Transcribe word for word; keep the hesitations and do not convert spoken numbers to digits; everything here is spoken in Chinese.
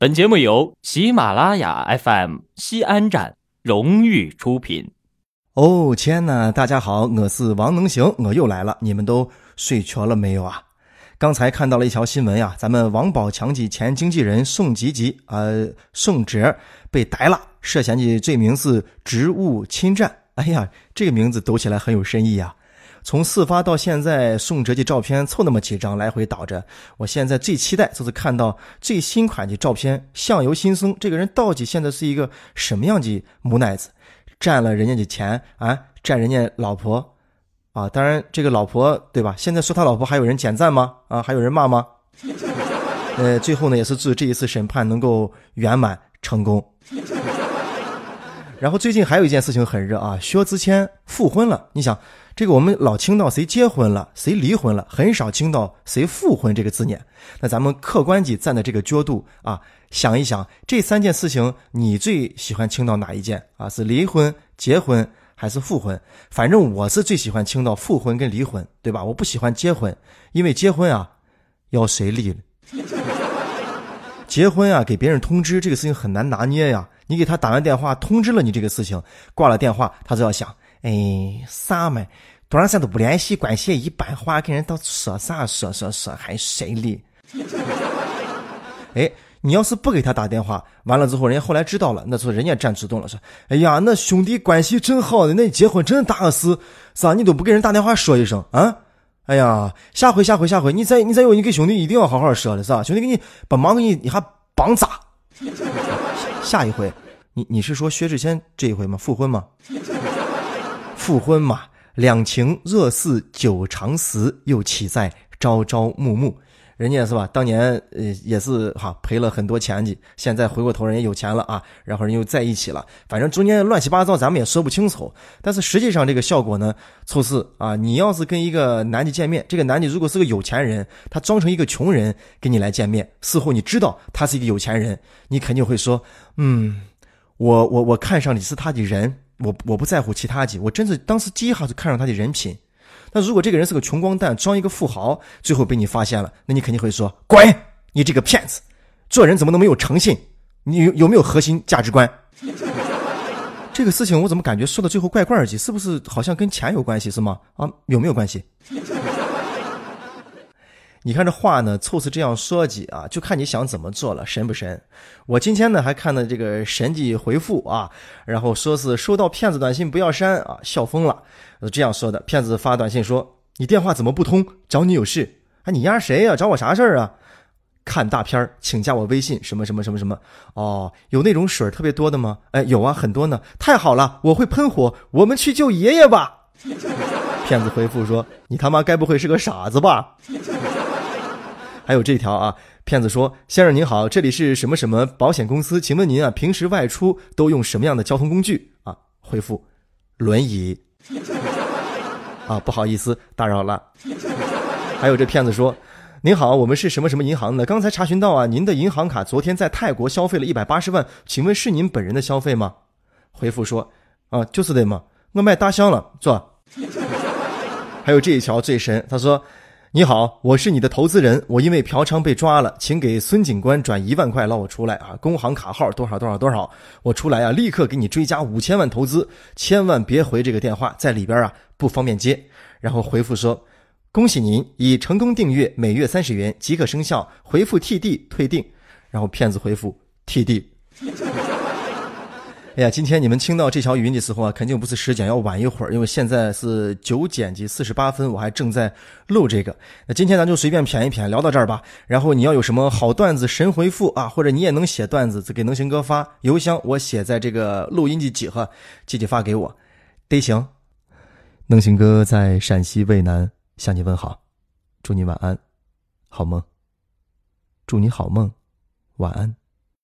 本节目由喜马拉雅 F M 西安站荣誉出品。 哦天哪，大家好，我是王能行，我又来了，你们都睡着了没有啊？刚才看到了一条新闻呀，咱们王宝强及前经纪人宋吉吉呃宋哲被逮了，涉嫌的罪名是职务侵占。哎呀，这个名字读起来很有深意啊。从事发到现在，宋哲的照片凑那么几张来回倒着，我现在最期待就是看到最新款的照片，相由心生，这个人到底现在是一个什么样的母奶子，占了人家的钱啊，占人家老婆啊，当然这个老婆对吧，现在说他老婆还有人点赞吗？啊，还有人骂吗？呃，最后呢也是祝这一次审判能够圆满成功。然后最近还有一件事情很热啊，薛之谦复婚了。你想这个我们老听到谁结婚了谁离婚了，很少听到谁复婚这个字眼。那咱们客观地站在这个角度啊，想一想这三件事情你最喜欢听到哪一件啊？是离婚、结婚还是复婚？反正我是最喜欢听到复婚跟离婚，对吧？我不喜欢结婚，因为结婚啊要谁离了？结婚啊给别人通知这个事情很难拿捏呀。你给他打完电话通知了你这个事情，挂了电话他就要想，哎，啥嘛，多长时间都不联系，关系一般，话跟人到说啥说说说，还谁理？哎，你要是不给他打电话，完了之后人家后来知道了，那时候人家站主动了，说，哎呀，那兄弟关系真好的，那结婚真大个事，啥你都不给人打电话说一声啊？哎呀，下回下回下回，你再你再有你给兄弟一定要好好说的是吧？兄弟给你帮忙给你你还帮咋？下一回你你是说薛之谦这一回吗？复婚吗？复婚嘛，两情若似久长时，又岂在朝朝暮暮。人家是吧，当年呃也是哈赔了很多钱的，现在回过头人家有钱了啊，然后人又在一起了，反正中间乱七八糟咱们也说不清楚。但是实际上这个效果呢，就是啊，你要是跟一个男的见面，这个男的如果是个有钱人，他装成一个穷人跟你来见面，事后你知道他是一个有钱人，你肯定会说，嗯，我我我看上你是他的人，我我不在乎其他的，我真是当时第一下就看上他的人品。那如果这个人是个穷光蛋，装一个富豪，最后被你发现了，那你肯定会说，滚，你这个骗子，做人怎么能没有诚信，你有有没有核心价值观？这个事情我怎么感觉说到最后怪怪的，是不是好像跟钱有关系是吗？啊，有没有关系？你看这话呢凑是这样说几啊，就看你想怎么做了，神不神？我今天呢还看了这个神迹回复啊，然后说是收到骗子短信不要删啊，笑疯了。这样说的，骗子发短信说，你电话怎么不通，找你有事。啊，你丫谁呀、啊、找我啥事儿啊？看大片请加我微信什么什么什么什么。哦，有那种水特别多的吗？哎，有啊，很多呢。太好了，我会喷火，我们去救爷爷吧。骗子回复说，你他妈该不会是个傻子吧？还有这条啊，骗子说，先生您好，这里是什么什么保险公司，请问您啊平时外出都用什么样的交通工具啊？回复，轮椅。啊，不好意思打扰了。还有这骗子说，您好，我们是什么什么银行的，刚才查询到啊，您的银行卡昨天在泰国消费了一百八十万，请问是您本人的消费吗？回复说，啊，就是的嘛，我买大箱了，坐。还有这一条最神，他说，你好，我是你的投资人，我因为嫖娼被抓了，请给孙警官转一万块捞我出来啊！工行卡号多少多少多少，我出来啊，立刻给你追加五千万投资，千万别回这个电话，在里边啊不方便接。然后回复说，恭喜您已成功订阅，每月三十元即可生效，回复 T D 退订。然后骗子回复 T D。哎呀，今天你们听到这条语音的时候啊，肯定不是时间，要晚一会儿，因为现在是九点及四十八分，我还正在录这个。那今天咱就随便谝一谝，聊到这儿吧。然后你要有什么好段子神回复啊，或者你也能写段子，给能行哥发邮箱，我写在这个录音机几何，记得发给我。得行，能行哥在陕西渭南向你问好，祝你晚安，好梦。祝你好梦，晚安。